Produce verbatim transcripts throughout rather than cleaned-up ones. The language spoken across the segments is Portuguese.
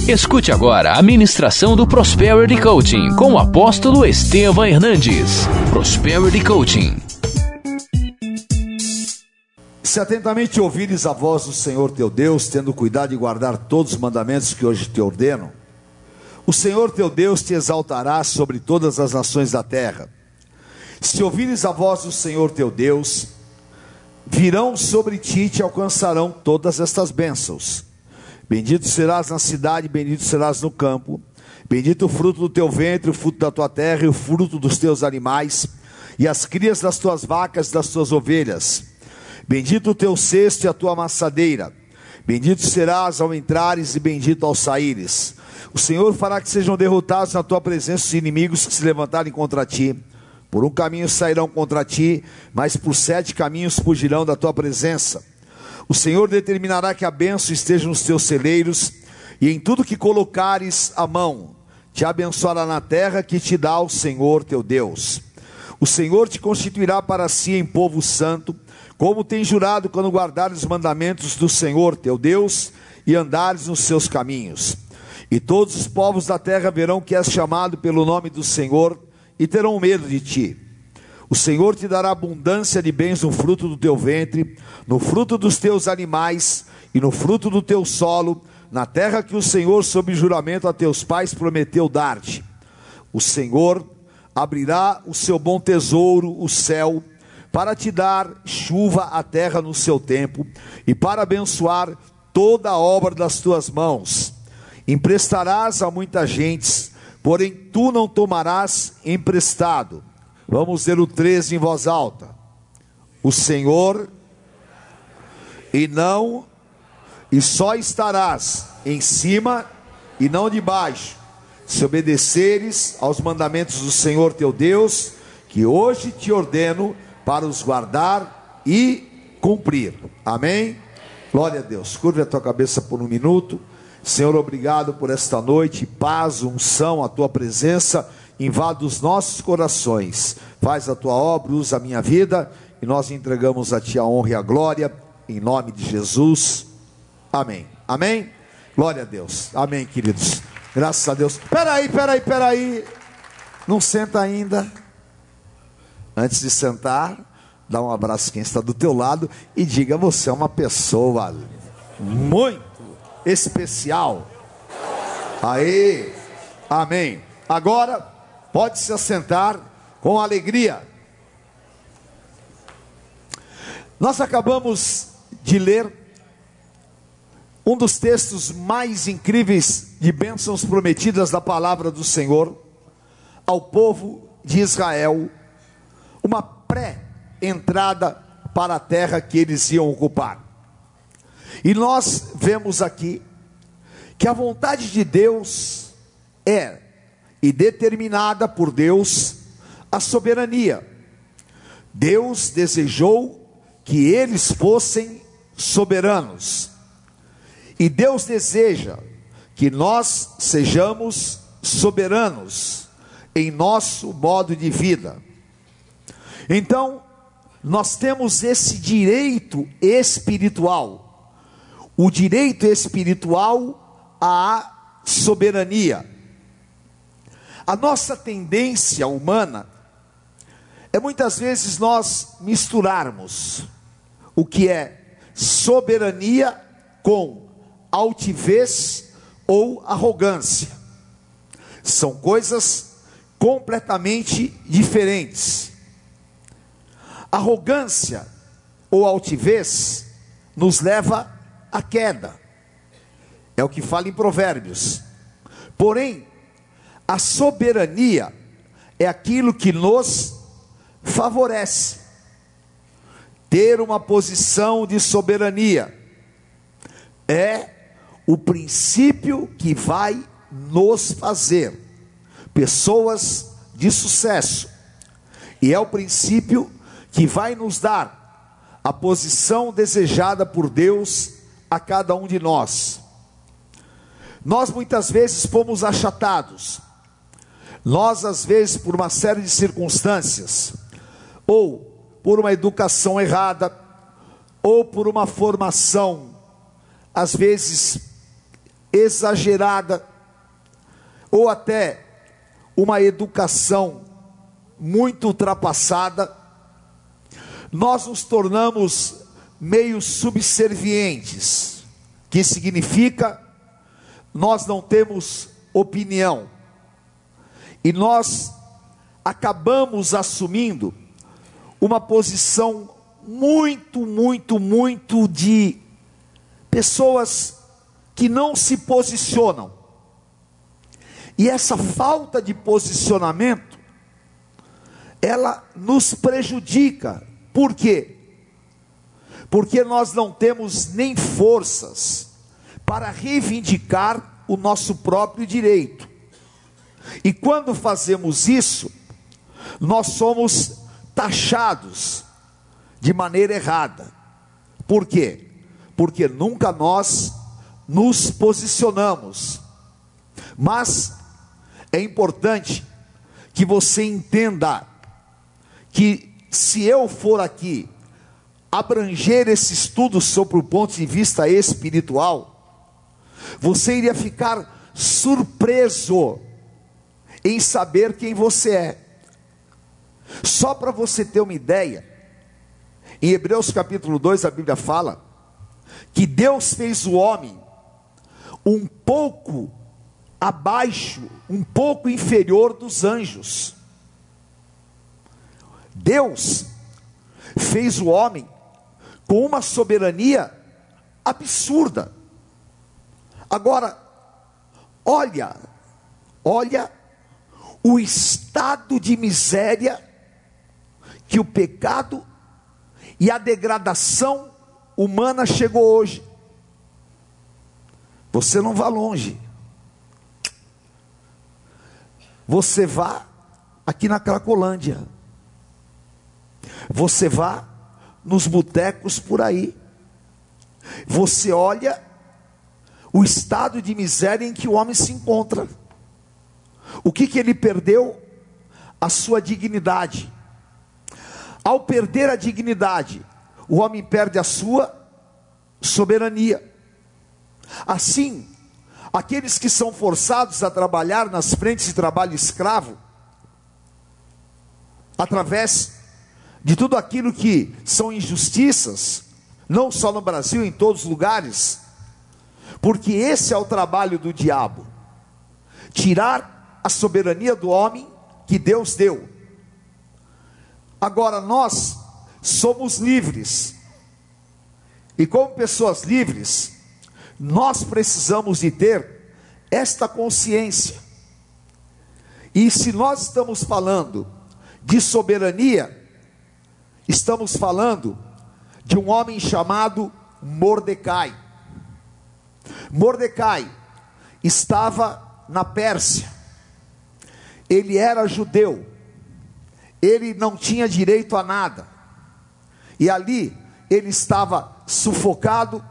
Escute agora a ministração do Prosperity Coaching com o apóstolo Estevam Hernandes. Prosperity Coaching. Se atentamente ouvires a voz do Senhor teu Deus, tendo cuidado de guardar todos os mandamentos que hoje te ordeno, o Senhor teu Deus te exaltará sobre todas as nações da terra. Se ouvires a voz do Senhor teu Deus, virão sobre ti e te alcançarão todas estas bênçãos. Bendito serás na cidade, bendito serás no campo. Bendito o fruto do teu ventre, o fruto da tua terra e o fruto dos teus animais, e as crias das tuas vacas e das tuas ovelhas. Bendito o teu cesto e a tua amassadeira. Bendito serás ao entrares e bendito ao saíres. O Senhor fará que sejam derrotados na tua presença os inimigos que se levantarem contra ti. Por um caminho sairão contra ti, mas por sete caminhos fugirão da tua presença. O Senhor determinará que a bênção esteja nos teus celeiros, e em tudo que colocares a mão, te abençoará na terra que te dá o Senhor teu Deus. O Senhor te constituirá para si em povo santo, como tem jurado quando guardares os mandamentos do Senhor teu Deus, e andares nos seus caminhos. E todos os povos da terra verão que és chamado pelo nome do Senhor, e terão medo de ti. O Senhor te dará abundância de bens no fruto do teu ventre, no fruto dos teus animais e no fruto do teu solo, na terra que o Senhor, sob juramento a teus pais, prometeu dar-te. O Senhor abrirá o seu bom tesouro, o céu, para te dar chuva à terra no seu tempo, e para abençoar toda a obra das tuas mãos. Emprestarás a muitas gentes, porém tu não tomarás emprestado. Vamos ler o treze em voz alta. O Senhor, e não, e só estarás em cima e não debaixo, se obedeceres aos mandamentos do Senhor teu Deus, que hoje te ordeno para os guardar e cumprir. Amém? Glória a Deus. Curve a tua cabeça por um minuto. Senhor, obrigado por esta noite, paz, unção, a tua presença invada os nossos corações. Faz a tua obra, usa a minha vida, e nós entregamos a ti a honra e a glória, em nome de Jesus, amém. Amém? Glória a Deus, amém, queridos, graças a Deus. Peraí, peraí, peraí, não senta ainda. Antes de sentar, dá um abraço a quem está do teu lado e diga: você é uma pessoa muito especial. Aí, amém. Agora pode se assentar com alegria. Nós acabamos de ler um dos textos mais incríveis de bênçãos prometidas da palavra do Senhor ao povo de Israel, uma pré-entrada para a terra que eles iam ocupar. E nós vemos aqui que a vontade de Deus é, e determinada por Deus, a soberania. Deus desejou que eles fossem soberanos, e Deus deseja que nós sejamos soberanos em nosso modo de vida. Então, nós temos esse direito espiritual, o direito espiritual à soberania. A nossa tendência humana é muitas vezes nós misturarmos o que é soberania com altivez ou arrogância. São coisas completamente diferentes. Arrogância ou altivez nos leva à queda, é o que fala em Provérbios. Porém, a soberania é aquilo que nos favorece. Ter uma posição de soberania é o princípio que vai nos fazer pessoas de sucesso, e é o princípio que vai nos dar a posição desejada por Deus a cada um de nós. Nós muitas vezes fomos achatados, nós às vezes por uma série de circunstâncias, ou por uma educação errada, ou por uma formação às vezes exagerada, ou até uma educação muito ultrapassada, nós nos tornamos meio subservientes, que significa nós não temos opinião, e nós acabamos assumindo uma posição muito, muito, muito de pessoas que não se posicionam. E essa falta de posicionamento, ela nos prejudica. Por quê? Porque nós não temos nem forças para reivindicar o nosso próprio direito. E quando fazemos isso, nós somos taxados de maneira errada. Por quê? Porque nunca nós nos posicionamos. Mas é importante que você entenda que se eu for aqui abranger esse estudo sobre o ponto de vista espiritual, você iria ficar surpreso em saber quem você é. Só para você ter uma ideia, em Hebreus capítulo dois a Bíblia fala que Deus fez o homem um pouco abaixo, um pouco inferior dos anjos. Deus fez o homem com uma soberania absurda. Agora, olha, olha o estado de miséria que o pecado e a degradação humana chegou hoje. Você não vá longe. Você vá aqui na Cracolândia. Você vá nos botecos por aí. Você olha o estado de miséria em que o homem se encontra. O que que ele perdeu? A sua dignidade. Ao perder a dignidade, o homem perde a sua soberania. Assim, aqueles que são forçados a trabalhar nas frentes de trabalho escravo, através de tudo aquilo que são injustiças, não só no Brasil, em todos os lugares, porque esse é o trabalho do diabo, tirar a soberania do homem que Deus deu. Agora nós somos livres, e como pessoas livres, nós precisamos de ter esta consciência. E se nós estamos falando de soberania, estamos falando de um homem chamado Mordecai. Mordecai estava na Pérsia, ele era judeu, ele não tinha direito a nada, e ali ele estava sufocado,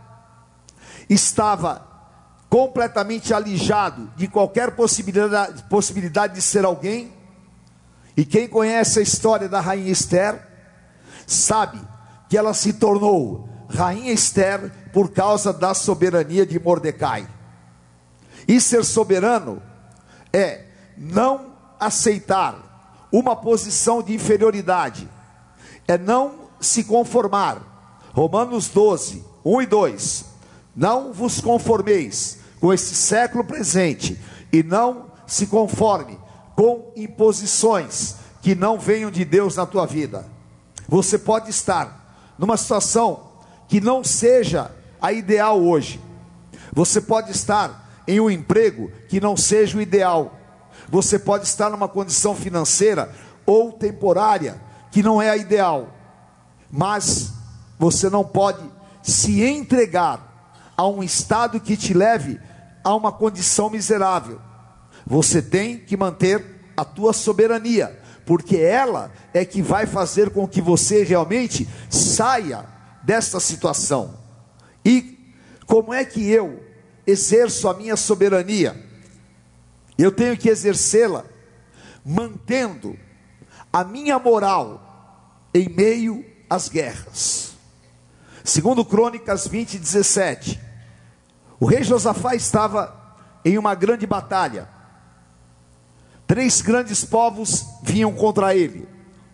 estava completamente alijado de qualquer possibilidade, possibilidade de ser alguém. E quem conhece a história da rainha Esther, sabe que ela se tornou rainha Esther por causa da soberania de Mordecai. E ser soberano é não aceitar uma posição de inferioridade, é não se conformar. Romanos doze, um e dois: não vos conformeis com este século presente, e não se conforme com imposições que não venham de Deus na tua vida. Você pode estar numa situação que não seja a ideal hoje, você pode estar em um emprego que não seja o ideal, você pode estar numa condição financeira ou temporária que não é a ideal, mas você não pode se entregar a um estado que te leve a uma condição miserável. Você tem que manter a tua soberania, porque ela é que vai fazer com que você realmente saia desta situação. E como é que eu exerço a minha soberania? Eu tenho que exercê-la mantendo a minha moral em meio às guerras. Segundo Crônicas vinte, dezessete, O rei Josafá estava em uma grande batalha. Três grandes povos vinham contra ele.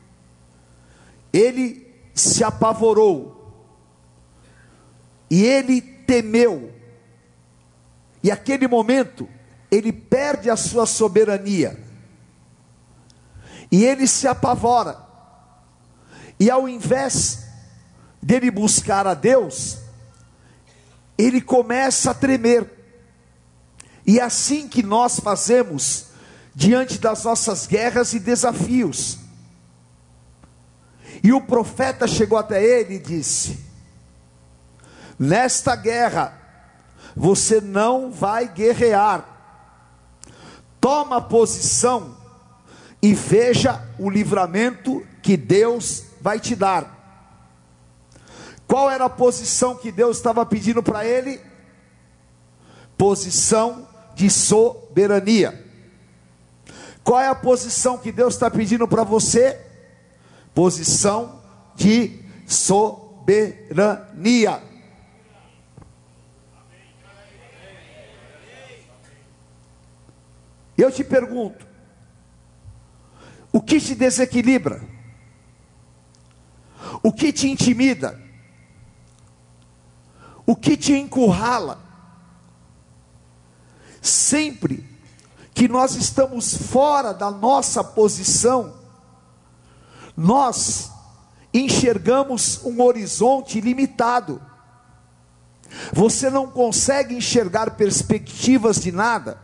Ele se apavorou. E ele temeu. E naquele momento, ele perde a sua soberania. E ele se apavora. E ao invés dele buscar a Deus, ele começa a tremer. E é assim que nós fazemos diante das nossas guerras e desafios. E o profeta chegou até ele e disse: nesta guerra você não vai guerrear. Toma posição e veja o livramento que Deus vai te dar. Qual era a posição que Deus estava pedindo para ele? Posição de soberania. Qual é a posição que Deus está pedindo para você? Posição de soberania. Eu te pergunto, o que te desequilibra? O que te intimida? O que te encurrala? Sempre que nós estamos fora da nossa posição, nós enxergamos um horizonte limitado. Você não consegue enxergar perspectivas de nada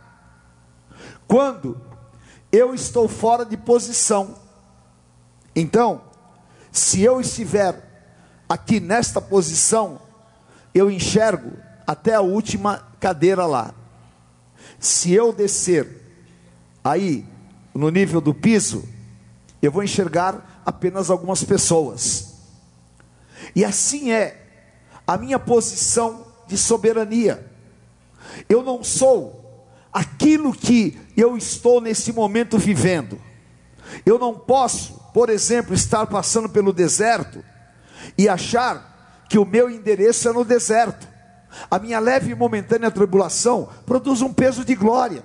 quando eu estou fora de posição. Então, se eu estiver aqui nesta posição, eu enxergo até a última cadeira lá. Se eu descer aí no nível do piso, eu vou enxergar apenas algumas pessoas. E assim é a minha posição de soberania. Eu não sou aquilo que eu estou nesse momento vivendo. Eu não posso, por exemplo, estar passando pelo deserto e achar que o meu endereço é no deserto. A minha leve e momentânea tribulação produz um peso de glória,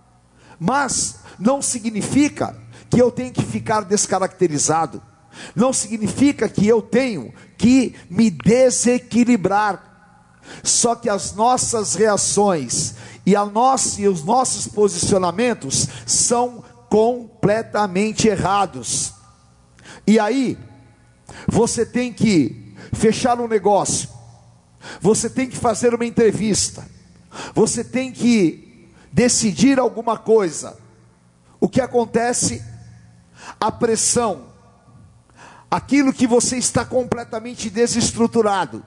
mas não significa que eu tenho que ficar descaracterizado, não significa que eu tenho que me desequilibrar. Só que as nossas reações e, a nossa, e os nossos posicionamentos são completamente errados. E aí você tem que fechar um negócio, você tem que fazer uma entrevista, você tem que decidir alguma coisa. O que acontece? A pressão, aquilo que você está completamente desestruturado,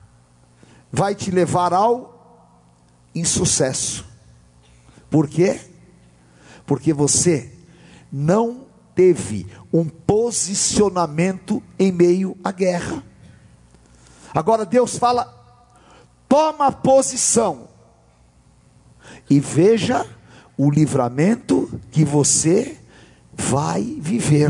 vai te levar ao insucesso. Por quê? Porque você não teve um posicionamento em meio à guerra. Agora Deus fala: toma posição e veja o livramento que você vai viver.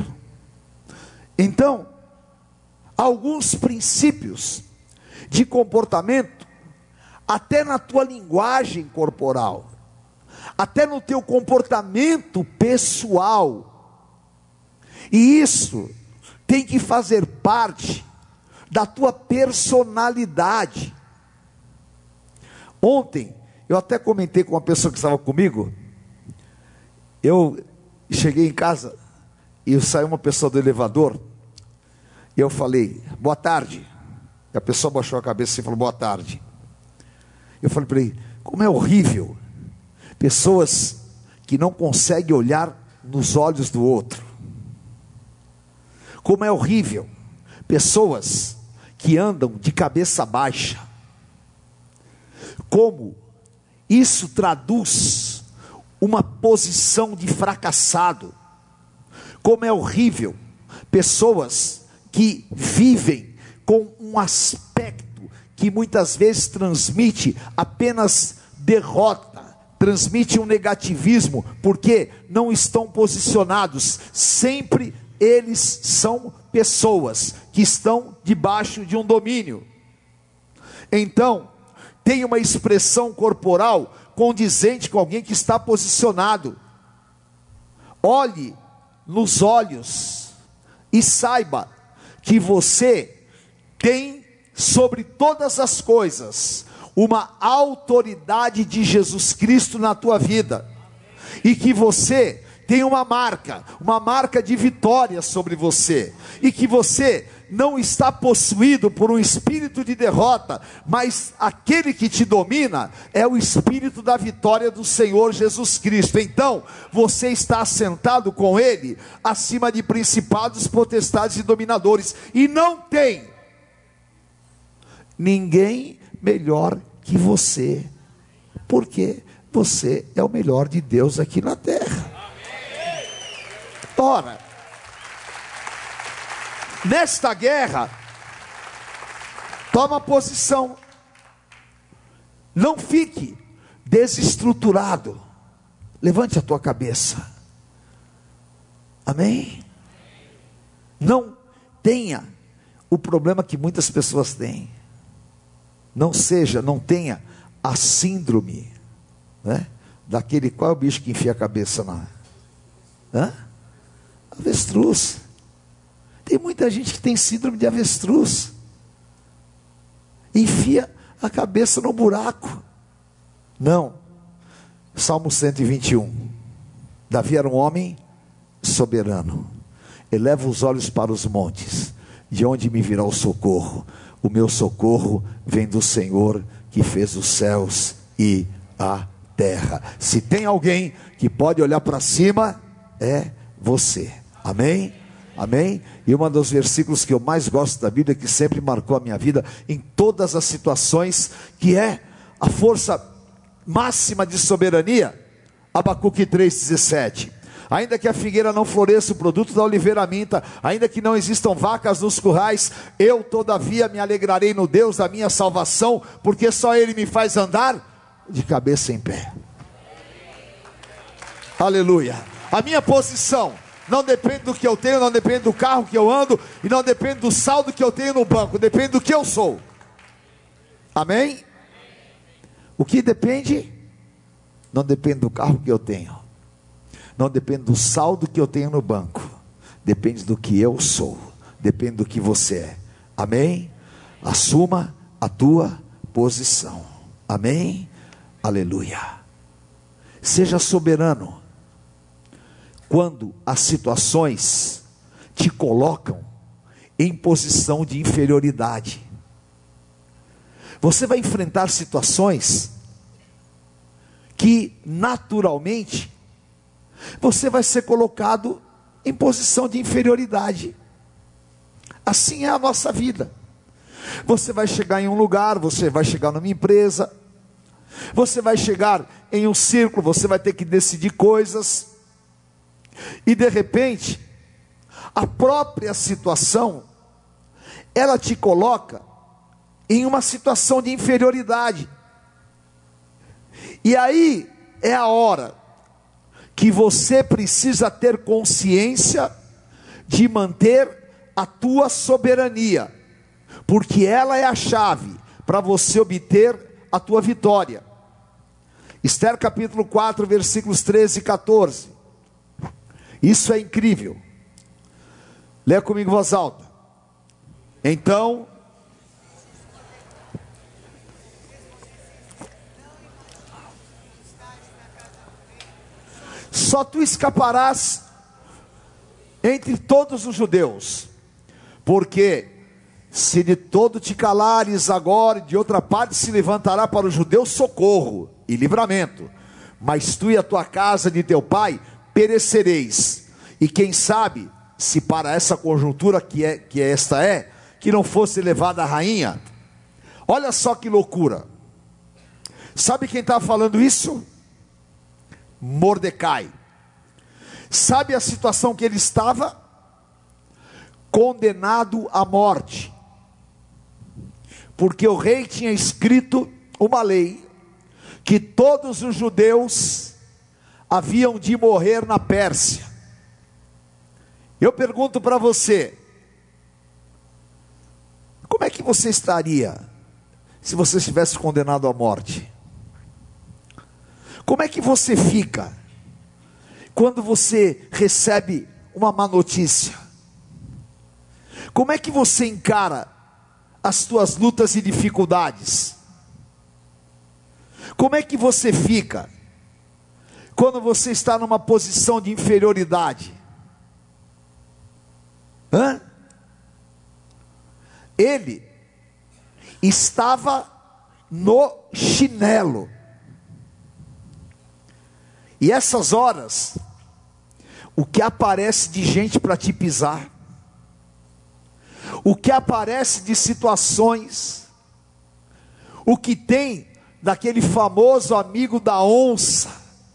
Então, alguns princípios de comportamento, até na tua linguagem corporal, até no teu comportamento pessoal, e isso tem que fazer parte da tua personalidade. Ontem, eu até comentei com uma pessoa que estava comigo. Eu cheguei em casa e saiu uma pessoa do elevador. E eu falei: boa tarde. E a pessoa baixou a cabeça e falou: boa tarde. Eu falei para ele: como é horrível pessoas que não conseguem olhar nos olhos do outro. Como é horrível pessoas que andam de cabeça baixa. Como isso traduz uma posição de fracassado. Como é horrível pessoas que vivem com um aspecto que muitas vezes transmite apenas derrota, transmite um negativismo, porque não estão posicionados. Sempre eles são pessoas que estão debaixo de um domínio. Então, tem uma expressão corporal condizente com alguém que está posicionado. Olhe nos olhos e saiba que você tem sobre todas as coisas uma autoridade de Jesus Cristo na tua vida, e que você tem uma marca, uma marca de vitória sobre você, e que você não está possuído por um espírito de derrota, mas aquele que te domina é o espírito da vitória do Senhor Jesus Cristo. Então você está assentado com Ele acima de principados, potestades e dominadores, e não tem ninguém melhor que você, porque você é o melhor de Deus aqui na terra. Ora, nesta guerra, toma posição, não fique desestruturado, levante a tua cabeça, amém? Não tenha o problema que muitas pessoas têm, não seja, não tenha a síndrome, né? Daquele, qual é o bicho que enfia a cabeça na... Hã? Avestruz. Tem muita gente que tem síndrome de avestruz, enfia a cabeça no buraco. Não. Salmo cento e vinte e um. Davi era um homem soberano. Eleva os olhos para os montes, de onde me virá o socorro? O meu socorro vem do Senhor, que fez os céus e a terra. Se tem alguém que pode olhar para cima, é você. Amém? Amém? E um dos versículos que eu mais gosto da Bíblia, que sempre marcou a minha vida em todas as situações, que é a força máxima de soberania, Abacuque três, dezessete. Ainda que a figueira não floresça, o produto da oliveira minta, ainda que não existam vacas nos currais, eu todavia me alegrarei no Deus da minha salvação, porque só Ele me faz andar de cabeça em pé. Aleluia. A minha posição não depende do que eu tenho, não depende do carro que eu ando, e não depende do saldo que eu tenho no banco, depende do que eu sou. Amém? O que depende? Não depende do carro que eu tenho, não depende do saldo que eu tenho no banco, depende do que eu sou, depende do que você é. Amém? Assuma a tua posição. Amém? Aleluia. Seja soberano quando as situações te colocam em posição de inferioridade. Você vai enfrentar situações que naturalmente você vai ser colocado em posição de inferioridade. Assim é a nossa vida. Você vai chegar em um lugar, você vai chegar numa empresa, você vai chegar em um círculo, você vai ter que decidir coisas, e de repente a própria situação, ela te coloca em uma situação de inferioridade. E aí é a hora que você precisa ter consciência de manter a tua soberania, porque ela é a chave para você obter a tua vitória. Esther capítulo quatro, versículos treze e catorze. Isso é incrível. Leia comigo em voz alta. Então, só tu escaparás entre todos os judeus, porque se de todo te calares agora, de outra parte se levantará para os judeus socorro e livramento, mas tu e a tua casa de teu pai perecereis. E quem sabe, se para essa conjuntura que, é, que esta é, que não fosse levada a rainha. Olha só que loucura. Sabe quem está falando isso? Mordecai. Sabe a situação que ele estava? Condenado à morte, porque o rei tinha escrito uma lei, que todos os judeus haviam de morrer na Pérsia. Eu pergunto para você, como é que você estaria se você estivesse condenado à morte? Como é que você fica quando você recebe uma má notícia? Como é que você encara as tuas lutas e dificuldades? Como é que você fica quando você está numa posição de inferioridade? Hã? Ele estava no chinelo. E essas horas, o que aparece de gente para te pisar, o que aparece de situações, o que tem daquele famoso amigo da onça,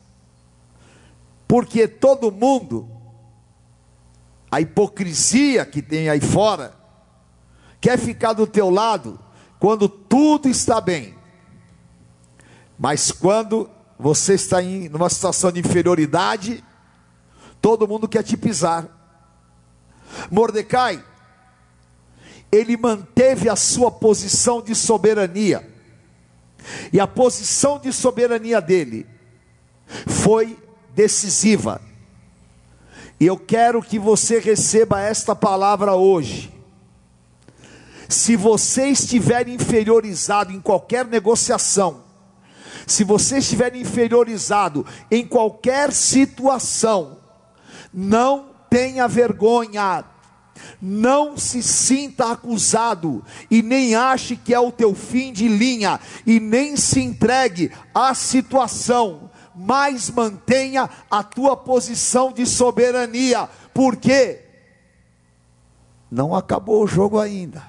porque todo mundo, a hipocrisia que tem aí fora, quer ficar do teu lado quando tudo está bem, mas quando você está em uma situação de inferioridade, todo mundo quer te pisar. Mordecai, ele manteve a sua posição de soberania, e a posição de soberania dele foi decisiva. E eu quero que você receba esta palavra hoje. Se você estiver inferiorizado em qualquer negociação, se você estiver inferiorizado em qualquer situação, não tenha vergonha, não se sinta acusado, e nem ache que é o teu fim de linha, e nem se entregue à situação, mas mantenha a tua posição de soberania, porque não acabou o jogo ainda.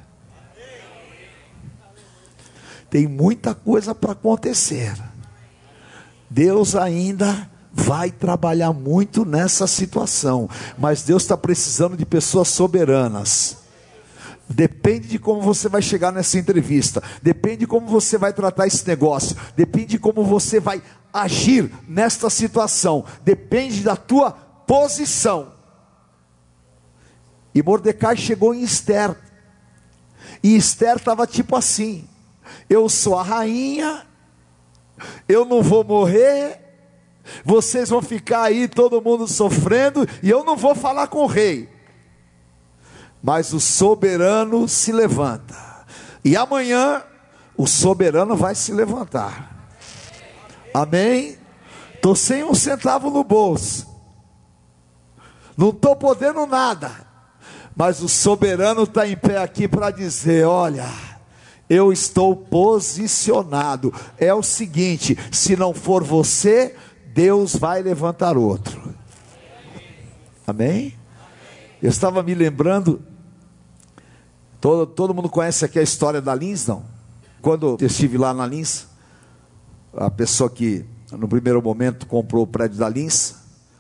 Tem muita coisa para acontecer. Deus ainda vai trabalhar muito nessa situação, mas Deus está precisando de pessoas soberanas. Depende de como você vai chegar nessa entrevista, depende de como você vai tratar esse negócio, depende de como você vai agir nesta situação, depende da tua posição. E Mordecai chegou em Esther, e Esther estava tipo assim: eu sou a rainha, eu não vou morrer, vocês vão ficar aí todo mundo sofrendo, e eu não vou falar com o rei. Mas o soberano se levanta, e amanhã o soberano vai se levantar. Amém? Estou sem um centavo no bolso, não estou podendo nada, mas o soberano está em pé aqui para dizer: olha, eu estou posicionado. É o seguinte: se não for você, Deus vai levantar outro. Amém? Eu estava me lembrando, todo, todo mundo conhece aqui a história da Lins, não? Quando eu estive lá na Lins, a pessoa que no primeiro momento comprou o prédio da Lins,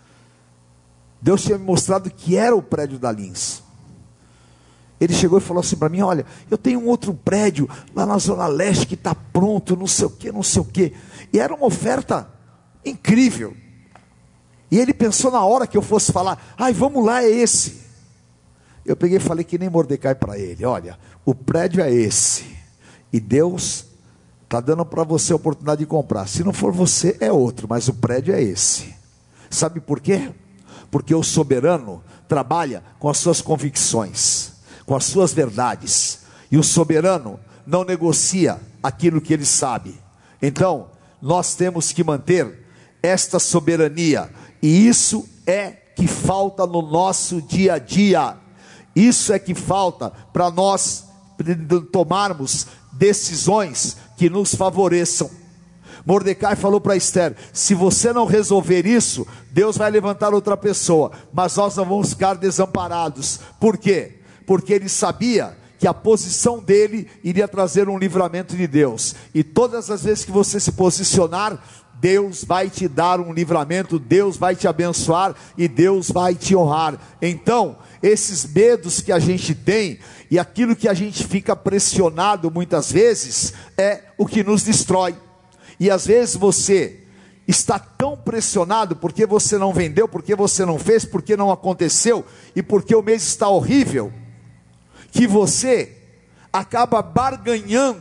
Deus tinha me mostrado que era o prédio da Lins. Ele chegou e falou assim para mim: olha, eu tenho um outro prédio lá na Zona Leste que está pronto, não sei o que, não sei o que. E era uma oferta incrível. E ele pensou na hora que eu fosse falar: ai, vamos lá, é esse. Eu peguei e falei que nem Mordecai para ele: olha, o prédio é esse, e Deus está dando para você a oportunidade de comprar. Se não for você, é outro, mas o prédio é esse. Sabe por quê? Porque o soberano trabalha com as suas convicções, com as suas verdades, e o soberano não negocia aquilo que ele sabe. Então nós temos que manter esta soberania, e isso é que falta no nosso dia a dia. Isso é que falta para nós tomarmos decisões que nos favoreçam. Mordecai falou para Esther: se você não resolver isso, Deus vai levantar outra pessoa, mas nós não vamos ficar desamparados. Por quê? Porque ele sabia que a posição dele iria trazer um livramento de Deus, e todas as vezes que você se posicionar, Deus vai te dar um livramento, Deus vai te abençoar, e Deus vai te honrar. Então, esses medos que a gente tem, e aquilo que a gente fica pressionado muitas vezes, é o que nos destrói. E às vezes você está tão pressionado, porque você não vendeu, porque você não fez, porque não aconteceu, e porque o mês está horrível, que você acaba barganhando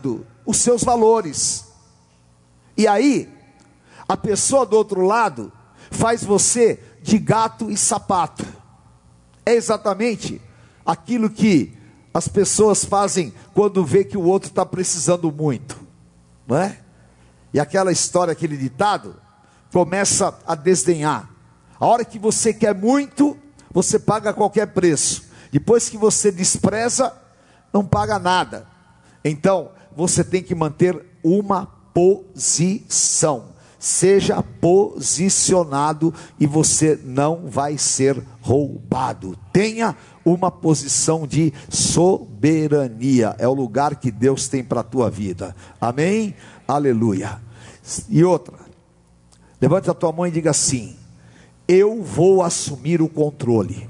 os seus valores. E aí, a pessoa do outro lado faz você de gato e sapato. É exatamente aquilo que as pessoas fazem quando vê que o outro está precisando muito, não é? E aquela história, aquele ditado, começa a desdenhar. A hora que você quer muito, você paga qualquer preço. Depois que você despreza, não paga nada. Então, você tem que manter uma posição. Seja posicionado e você não vai ser roubado. Tenha uma posição de soberania. É o lugar que Deus tem para a tua vida. Amém? Aleluia. E outra, levante a tua mão e diga assim: eu vou assumir o controle.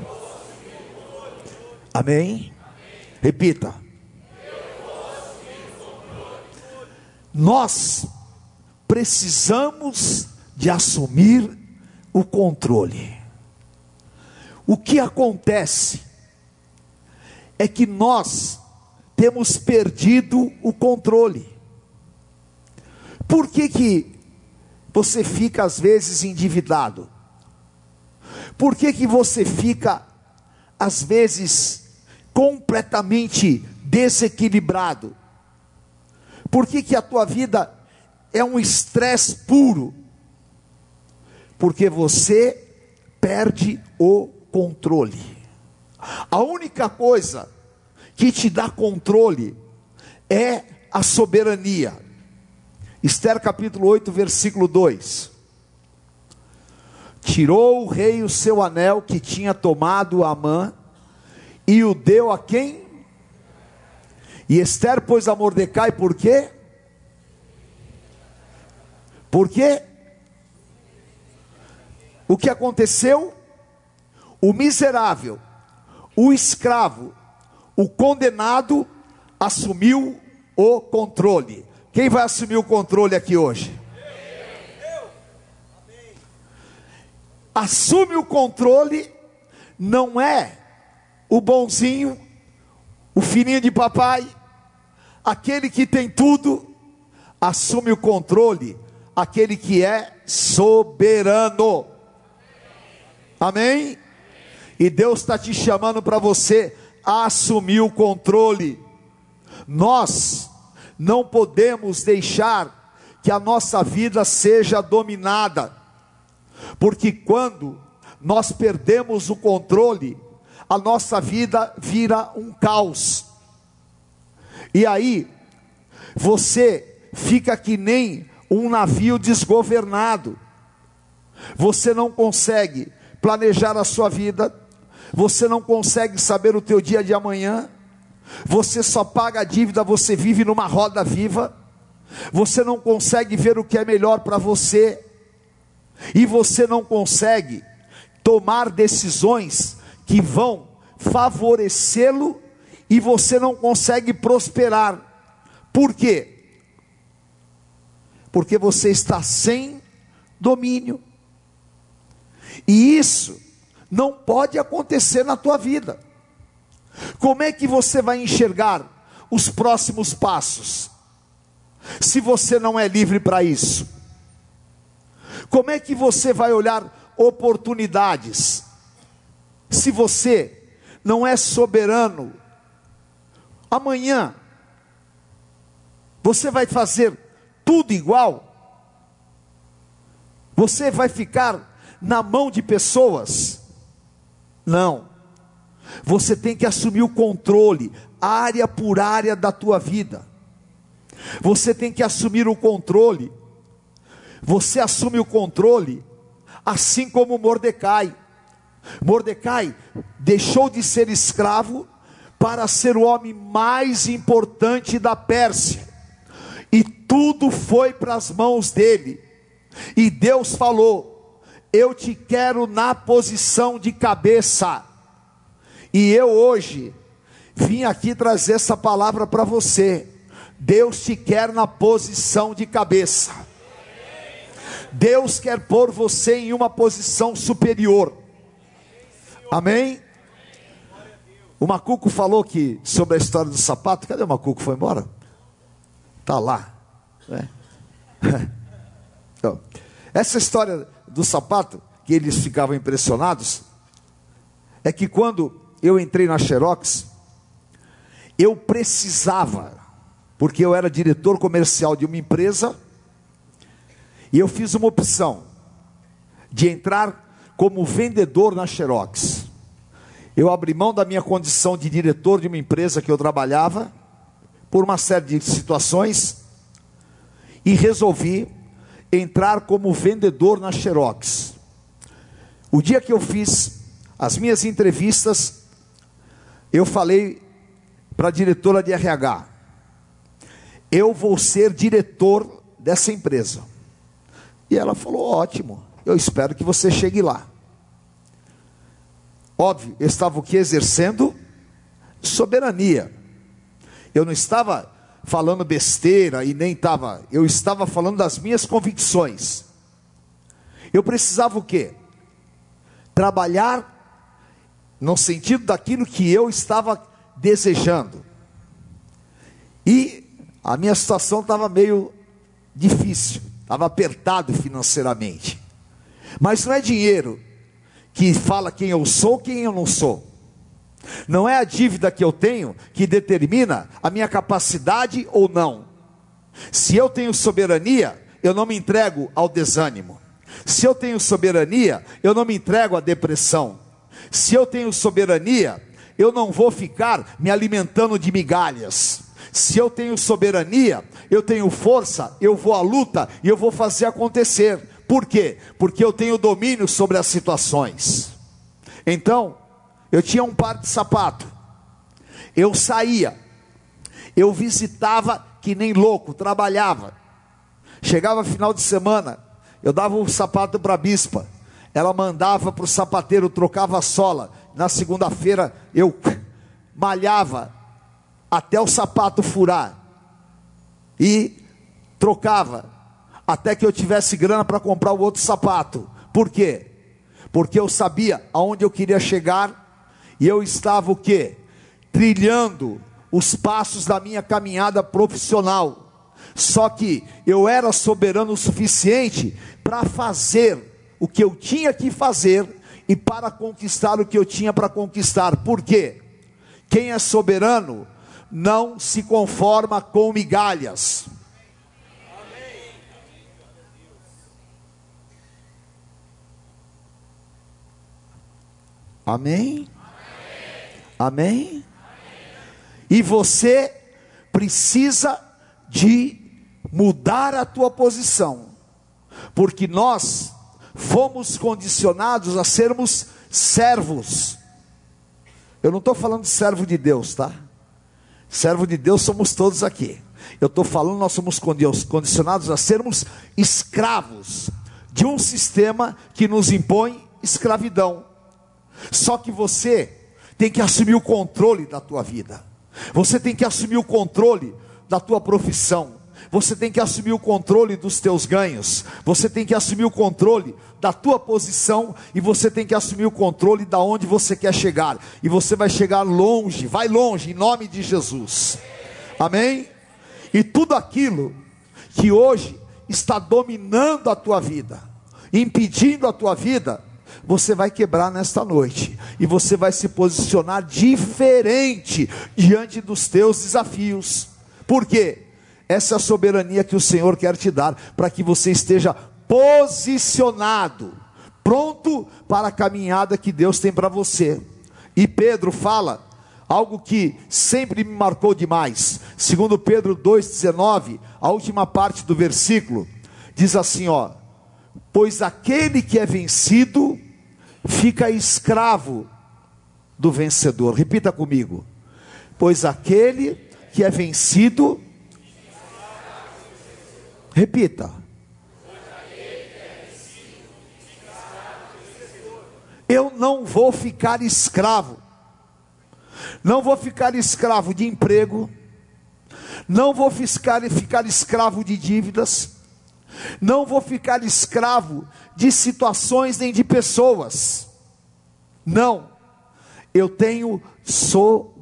Amém? Repita. Nós precisamos de assumir o controle. O que acontece é que nós temos perdido o controle. Por que que você fica às vezes endividado? Por que que você fica às vezes completamente desequilibrado? Por que que a tua vida é um estresse puro? Porque você perde o controle. A única coisa que te dá controle é a soberania. Esther capítulo oito, versículo dois. Tirou o rei o seu anel que tinha tomado Amã e o deu a quem? E Esther pôs a Mordecai, por quê? Por quê? O que aconteceu? O miserável, o escravo, o condenado assumiu o controle. Quem vai assumir o controle aqui hoje? Assume o controle, não é o bonzinho, o filhinho de papai, aquele que tem tudo. Assume o controle aquele que é soberano. Amém? E Deus está te chamando para você assumir o controle. Nós não podemos deixar que a nossa vida seja dominada, porque quando nós perdemos o controle, a nossa vida vira um caos. E aí você fica que nem um navio desgovernado. Você não consegue planejar a sua vida, você não consegue saber o teu dia de amanhã, você só paga a dívida, você vive numa roda viva, você não consegue ver o que é melhor para você, e você não consegue tomar decisões que vão favorecê-lo, e você não consegue prosperar. Por quê? Porque você está sem domínio. E isso não pode acontecer na tua vida. Como é que você vai enxergar os próximos passos, se você não é livre para isso? Como é que você vai olhar oportunidades, se você não é soberano? Amanhã você vai fazer tudo igual? Você vai ficar na mão de pessoas? Não. Você tem que assumir o controle, área por área da tua vida. Você tem que assumir o controle. Você assume o controle, assim como Mordecai. Mordecai deixou de ser escravo para ser o homem mais importante da Pérsia, e tudo foi para as mãos dele. E Deus falou: eu te quero na posição de cabeça. E eu hoje vim aqui trazer essa palavra para você. Deus te quer na posição de cabeça. Deus quer pôr você em uma posição superior. Amém? O Macuco falou que sobre a história do sapato. Cadê o Macuco? Foi embora? está lá, né? Então, essa história do sapato, que eles ficavam impressionados, é que quando eu entrei na Xerox, eu precisava, porque eu era diretor comercial de uma empresa, e eu fiz uma opção de entrar como vendedor na Xerox. Eu abri mão da minha condição de diretor de uma empresa que eu trabalhava, por uma série de situações, e resolvi entrar como vendedor na Xerox. O dia que eu fiz as minhas entrevistas, eu falei para a diretora de R H, eu vou ser diretor dessa empresa. E ela falou, ótimo, eu espero que você chegue lá. Óbvio, eu estava o que? Exercendo soberania. Eu não estava falando besteira e nem estava, eu estava falando das minhas convicções. Eu precisava o quê? Trabalhar no sentido daquilo que eu estava desejando. E a minha situação estava meio difícil, estava apertado financeiramente. Mas não é dinheiro que fala quem eu sou, quem eu não sou. Não é a dívida que eu tenho que determina a minha capacidade ou não. Se eu tenho soberania, eu não me entrego ao desânimo. Se eu tenho soberania, eu não me entrego à depressão. Se eu tenho soberania, eu não vou ficar me alimentando de migalhas. Se eu tenho soberania, eu tenho força, eu vou à luta e eu vou fazer acontecer. Por quê? Porque eu tenho domínio sobre as situações. Então, eu tinha um par de sapato, eu saía, eu visitava que nem louco, trabalhava, chegava final de semana, eu dava o sapato para a bispa, ela mandava para o sapateiro, trocava a sola, na segunda-feira eu malhava até o sapato furar, e trocava, até que eu tivesse grana para comprar o outro sapato. Por quê? Porque eu sabia aonde eu queria chegar, e eu estava o quê? Trilhando os passos da minha caminhada profissional. Só que eu era soberano o suficiente para fazer o que eu tinha que fazer e para conquistar o que eu tinha para conquistar. Por quê? Quem é soberano não se conforma com migalhas. Amém? Amém? Amém? E você precisa de mudar a tua posição, porque nós fomos condicionados a sermos servos. Eu não estou falando de servo de Deus, tá? Servo de Deus somos todos aqui. Eu estou falando, nós somos condicionados a sermos escravos de um sistema que nos impõe escravidão. Só que você tem que assumir o controle da tua vida. Você tem que assumir o controle da tua profissão. Você tem que assumir o controle dos teus ganhos. Você tem que assumir o controle da tua posição. E você tem que assumir o controle da onde você quer chegar. E você vai chegar longe, vai longe, em nome de Jesus. Amém? E tudo aquilo que hoje está dominando a tua vida, impedindo a tua vida, você vai quebrar nesta noite, e você vai se posicionar diferente diante dos teus desafios. Por quê? Essa é a soberania que o Senhor quer te dar, para que você esteja posicionado, pronto para a caminhada que Deus tem para você. E Pedro fala algo que sempre me marcou demais. Segundo Pedro dois, dezenove, a última parte do versículo, diz assim, ó: pois aquele que é vencido fica escravo do vencedor. Repita comigo: pois aquele que é vencido, repita, eu não vou ficar escravo, não vou ficar escravo de emprego, não vou ficar, ficar escravo de dívidas, não vou ficar escravo de situações nem de pessoas. Não, eu tenho soberania.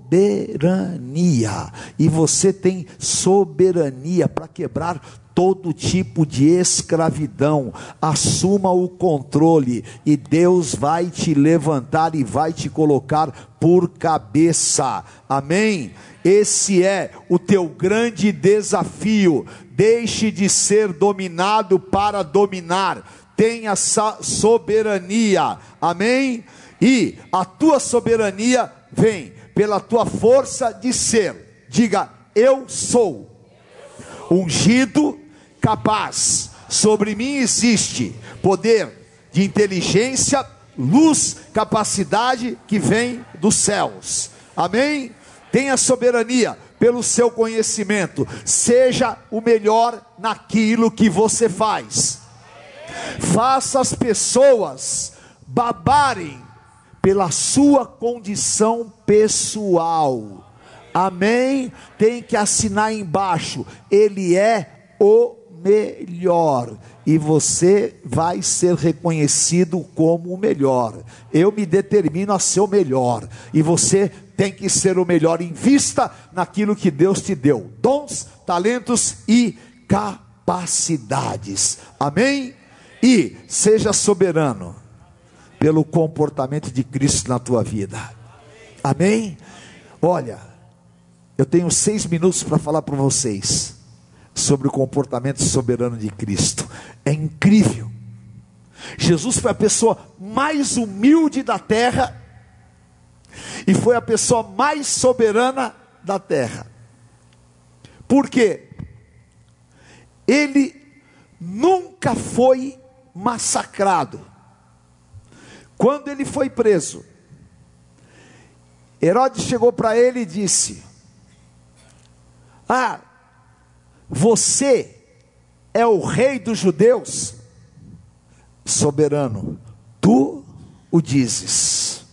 soberania, e você tem soberania para quebrar todo tipo de escravidão. Assuma o controle, e Deus vai te levantar e vai te colocar por cabeça, amém? Esse é o teu grande desafio. Deixe de ser dominado para dominar, tenha soberania, amém? E a tua soberania vem pela tua força de ser. Diga: eu sou ungido, capaz. Sobre mim existe poder de inteligência, luz, capacidade que vem dos céus, amém? Tenha soberania pelo seu conhecimento. Seja o melhor naquilo que você faz. Faça as pessoas babarem pela sua condição pessoal, amém? Tem que assinar embaixo: ele é o melhor, e você vai ser reconhecido como o melhor. Eu me determino a ser o melhor, e você tem que ser o melhor. Invista naquilo que Deus te deu: dons, talentos e capacidades, amém? E seja soberano pelo comportamento de Cristo na tua vida, amém? Olha, eu tenho seis minutos para falar para vocês sobre o comportamento soberano de Cristo. É incrível. Jesus foi a pessoa mais humilde da terra, e foi a pessoa mais soberana da terra. Por quê? Ele nunca foi massacrado. Quando ele foi preso, Herodes chegou para ele e disse: ah, você é o rei dos judeus? Soberano, tu o dizes.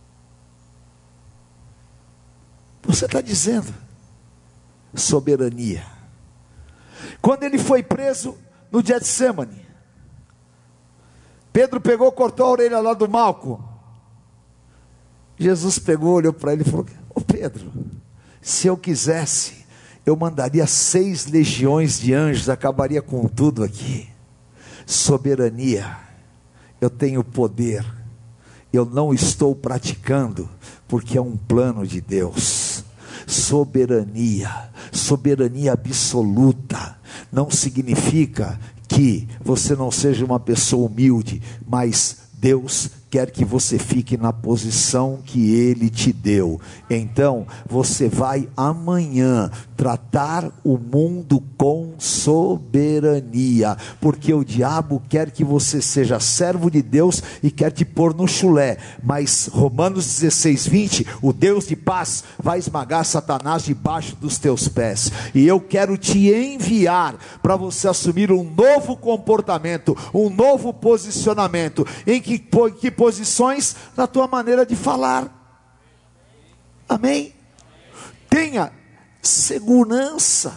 Você está dizendo soberania. Quando ele foi preso no Getsêmani, Pedro pegou, cortou a orelha lá do Malco. Jesus pegou, olhou para ele e falou: ô Pedro, se eu quisesse, eu mandaria seis legiões de anjos, acabaria com tudo aqui. Soberania, eu tenho poder, eu não estou praticando, porque é um plano de Deus. Soberania, soberania absoluta, não significa que você não seja uma pessoa humilde, mas Deus quer que você fique na posição que Ele te deu. Então, você vai amanhã tratar o mundo com soberania, porque o diabo quer que você seja servo de Deus e quer te pôr no chulé. Mas Romanos dezesseis, vinte, o Deus de paz vai esmagar Satanás debaixo dos teus pés. E eu quero te enviar para você assumir um novo comportamento, um novo posicionamento. Em que, que posições? Na tua maneira de falar, amém? Tenha segurança,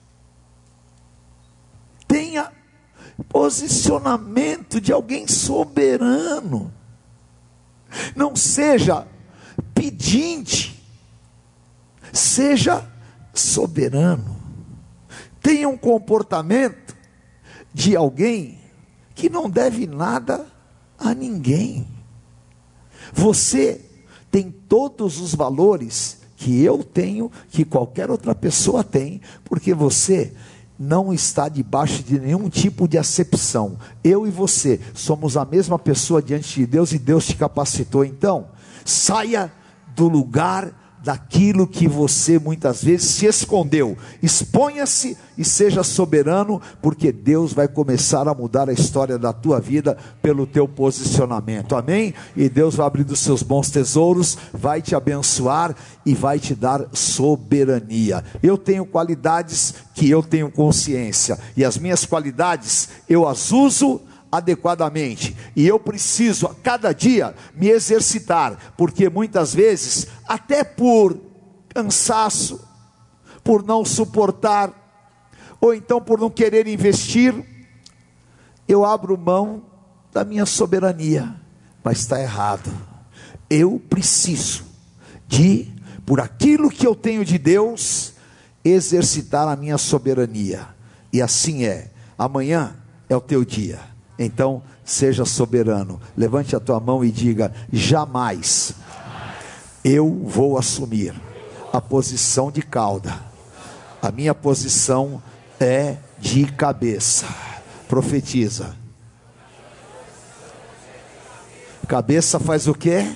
tenha posicionamento de alguém soberano, não seja pedinte, seja soberano. Tenha um comportamento de alguém que não deve nada a ninguém. Você tem todos os valores que eu tenho, que qualquer outra pessoa tem, porque você não está debaixo de nenhum tipo de acepção. Eu e você somos a mesma pessoa diante de Deus, e Deus te capacitou. Então, saia do lugar daquilo que você muitas vezes se escondeu. Exponha-se e seja soberano, porque Deus vai começar a mudar a história da tua vida pelo teu posicionamento, amém? E Deus vai abrir dos seus bons tesouros, vai te abençoar e vai te dar soberania. Eu tenho qualidades que eu tenho consciência, e as minhas qualidades eu as uso adequadamente, e eu preciso a cada dia me exercitar, porque muitas vezes, até por cansaço, por não suportar, ou então por não querer investir, eu abro mão da minha soberania. Mas está errado. Eu preciso de por aquilo que eu tenho de Deus, exercitar a minha soberania. E assim é. Amanhã é o teu dia. Então seja soberano. Levante a tua mão e diga: jamais eu vou assumir a posição de cauda. A minha posição é de cabeça. Profetiza. Cabeça faz o quê?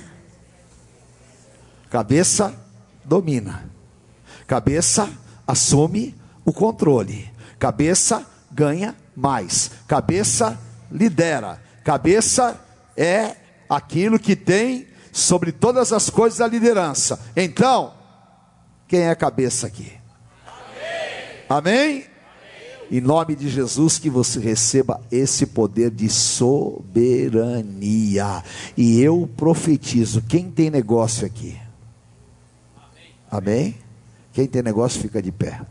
Cabeça domina. Cabeça assume o controle. Cabeça ganha mais. Cabeça lidera. Cabeça é aquilo que tem sobre todas as coisas a liderança. Então, quem é cabeça aqui? Amém? Amém? Em nome de Jesus, que você receba esse poder de soberania. E eu profetizo, quem tem negócio aqui? Amém? Quem tem negócio fica de pé.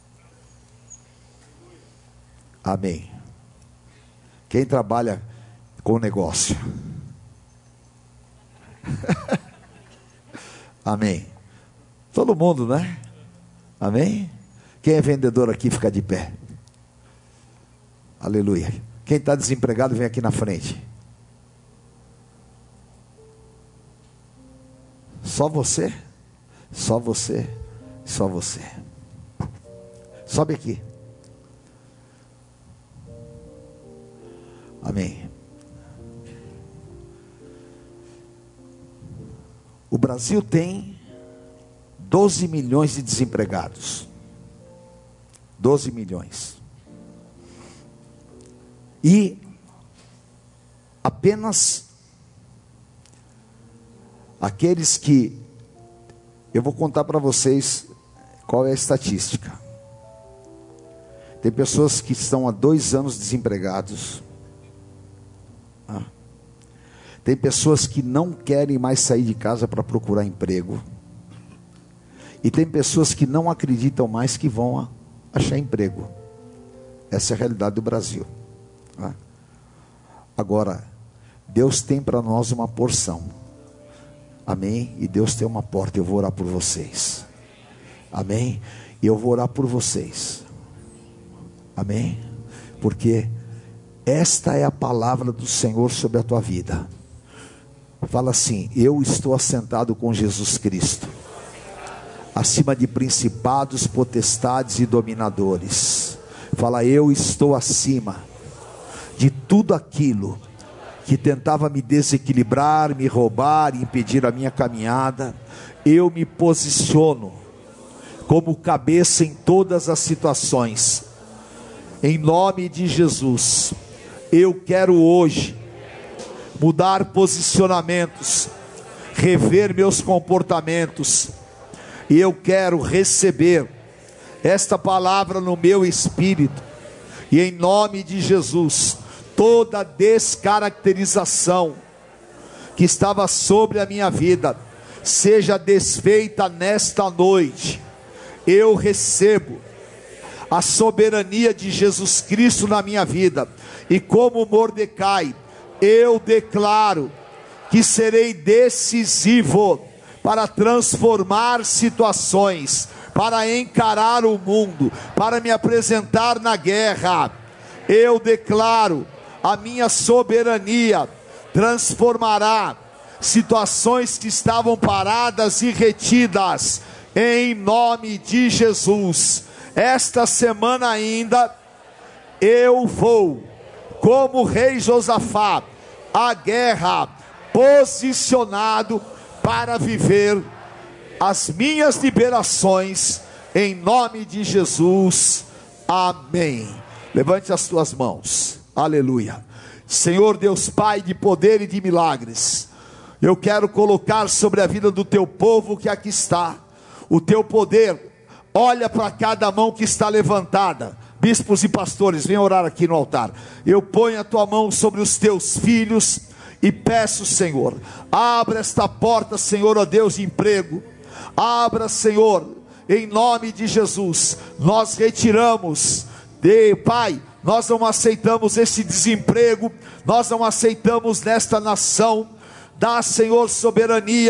Amém. Quem trabalha com negócio? Amém. Todo mundo, né? Amém? Quem é vendedor aqui fica de pé. Aleluia. Quem está desempregado vem aqui na frente. Só você? Só você? Só você. Sobe aqui. Amém. O Brasil tem doze milhões de desempregados. doze milhões. E apenas aqueles que, eu vou contar para vocês qual é a estatística. Tem pessoas que estão há dois anos desempregados. Ah. Tem pessoas que não querem mais sair de casa para procurar emprego. E tem pessoas que não acreditam mais que vão achar emprego. Essa é a realidade do Brasil. Ah. Agora, Deus tem para nós uma porção. Amém? E Deus tem uma porta. Eu vou orar por vocês. Amém? E eu vou orar por vocês. Amém? Porque esta é a palavra do Senhor sobre a tua vida. Fala assim: eu estou assentado com Jesus Cristo, acima de principados, potestades e dominadores. Fala: eu estou acima de tudo aquilo que tentava me desequilibrar, me roubar, impedir a minha caminhada. Eu me posiciono como cabeça em todas as situações. Em nome de Jesus, eu quero hoje mudar posicionamentos, rever meus comportamentos, e eu quero receber esta palavra no meu espírito, e em nome de Jesus, toda descaracterização que estava sobre a minha vida, seja desfeita nesta noite. Eu recebo a soberania de Jesus Cristo na minha vida, e como Mordecai, eu declaro que serei decisivo para transformar situações, para encarar o mundo, para me apresentar na guerra. Eu declaro: a minha soberania transformará situações que estavam paradas e retidas, em nome de Jesus. Esta semana ainda, eu vou, como rei Josafá, à guerra, posicionado para viver as minhas liberações, em nome de Jesus. Amém. Levante as tuas mãos. Aleluia. Senhor Deus Pai de poder e de milagres, eu quero colocar sobre a vida do teu povo que aqui está o teu poder. Olha para cada mão que está levantada. Bispos e pastores, venham orar aqui no altar. Eu ponho a tua mão sobre os teus filhos e peço, Senhor, abra esta porta, Senhor, ó Deus, de emprego. Abra, Senhor, em nome de Jesus. Nós retiramos, de Pai, nós não aceitamos esse desemprego, nós não aceitamos nesta nação. Dá, Senhor, soberania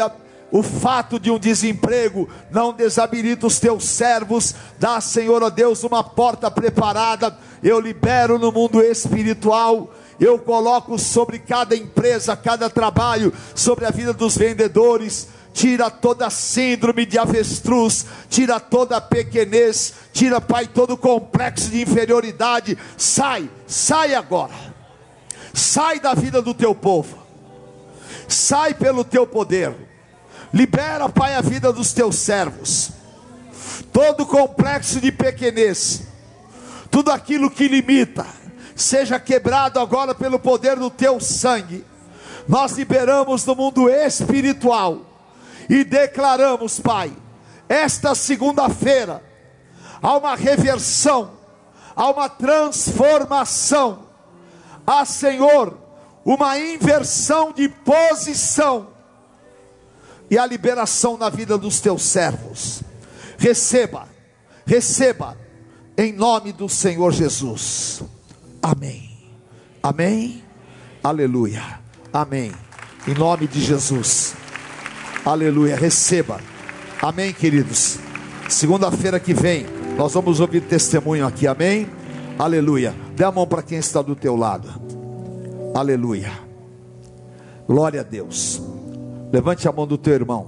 o fato de um desemprego não desabilita os teus servos. Dá, Senhor, ó Deus, uma porta preparada. Eu libero no mundo espiritual. Eu coloco sobre cada empresa, cada trabalho, sobre a vida dos vendedores. Tira toda síndrome de avestruz, tira toda pequenez, tira, Pai, todo complexo de inferioridade. Sai, sai agora. Sai da vida do teu povo. Sai pelo teu poder. Libera, Pai, a vida dos teus servos. Todo complexo de pequenez, tudo aquilo que limita, seja quebrado agora pelo poder do teu sangue. Nós liberamos no mundo espiritual e declaramos, Pai, esta segunda-feira há uma reversão, há uma transformação, há, Senhor, uma inversão de posição e a liberação na vida dos teus servos. Receba, receba, em nome do Senhor Jesus. Amém, amém, aleluia, amém, em nome de Jesus, aleluia, receba, amém, queridos. Segunda-feira que vem, nós vamos ouvir testemunho aqui, amém, aleluia. Dê a mão para quem está do teu lado, aleluia, glória a Deus. Levante a mão do teu irmão.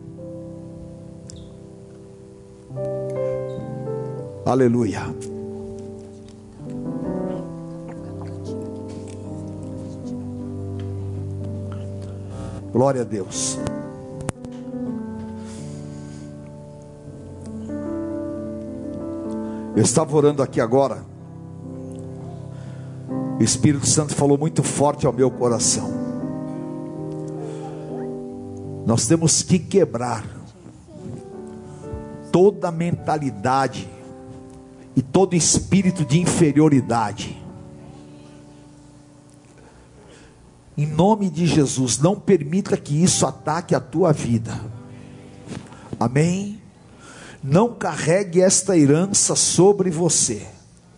Aleluia. Glória a Deus. Eu estava orando aqui agora. O Espírito Santo falou muito forte ao meu coração. Nós temos que quebrar toda mentalidade e todo espírito de inferioridade. Em nome de Jesus, não permita que isso ataque a tua vida. Amém? Não carregue esta herança sobre você,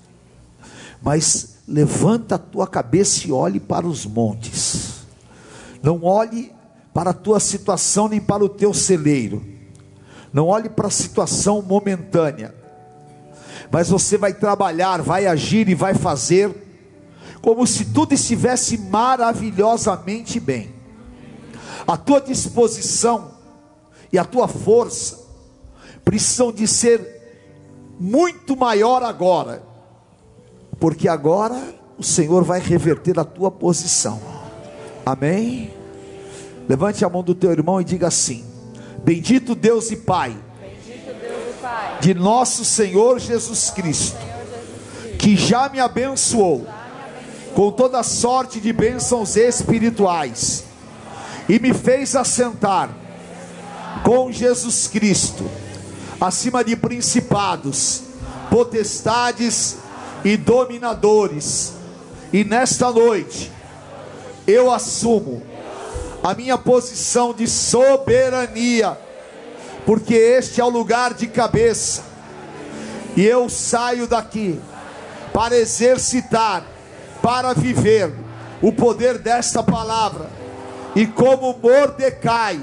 mas levanta a tua cabeça e olhe para os montes. Não olhe para a tua situação, nem para o teu celeiro. Não olhe para a situação momentânea, mas você vai trabalhar, vai agir e vai fazer como se tudo estivesse maravilhosamente bem. A tua disposição e a tua força precisam de ser muito maior agora, porque agora o Senhor vai reverter a tua posição. Amém? Levante a mão do teu irmão e diga assim: bendito Deus e Pai, bendito Deus e Pai de nosso Senhor Jesus Cristo, Senhor Jesus Cristo, que já me abençoou, já me abençoou com toda sorte de bênçãos espirituais e me fez assentar com Jesus Cristo acima de principados, potestades e dominadores. E nesta noite eu assumo a minha posição de soberania, porque este é o lugar de cabeça, e eu saio daqui para exercitar, para viver o poder desta palavra. E como Mordecai,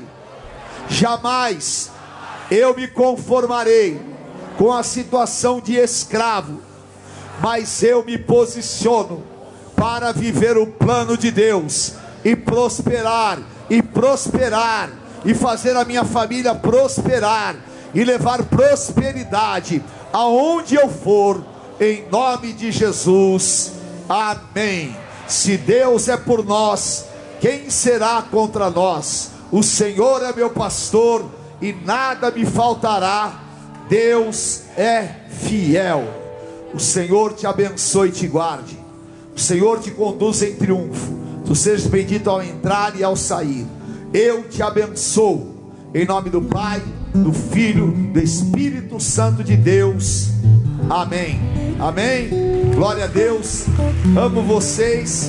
jamais eu me conformarei com a situação de escravo, mas eu me posiciono para viver o plano de Deus e prosperar, e prosperar, e fazer a minha família prosperar, e levar prosperidade aonde eu for, em nome de Jesus, amém. Se Deus é por nós, quem será contra nós? O Senhor é meu pastor, e nada me faltará. Deus é fiel. O Senhor te abençoe e te guarde. O Senhor te conduz em triunfo. Tu sejas bendito ao entrar e ao sair. Eu te abençoo, em nome do Pai, do Filho, do Espírito Santo de Deus. Amém, amém, glória a Deus. Amo vocês.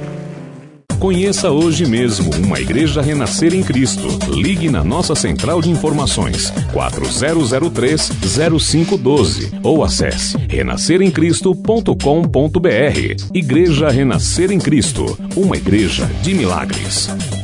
Conheça hoje mesmo uma Igreja Renascer em Cristo. Ligue na nossa central de informações quatro zero zero três, zero cinco um dois ou acesse renascer em cristo ponto com ponto br. Igreja Renascer em Cristo, uma igreja de milagres.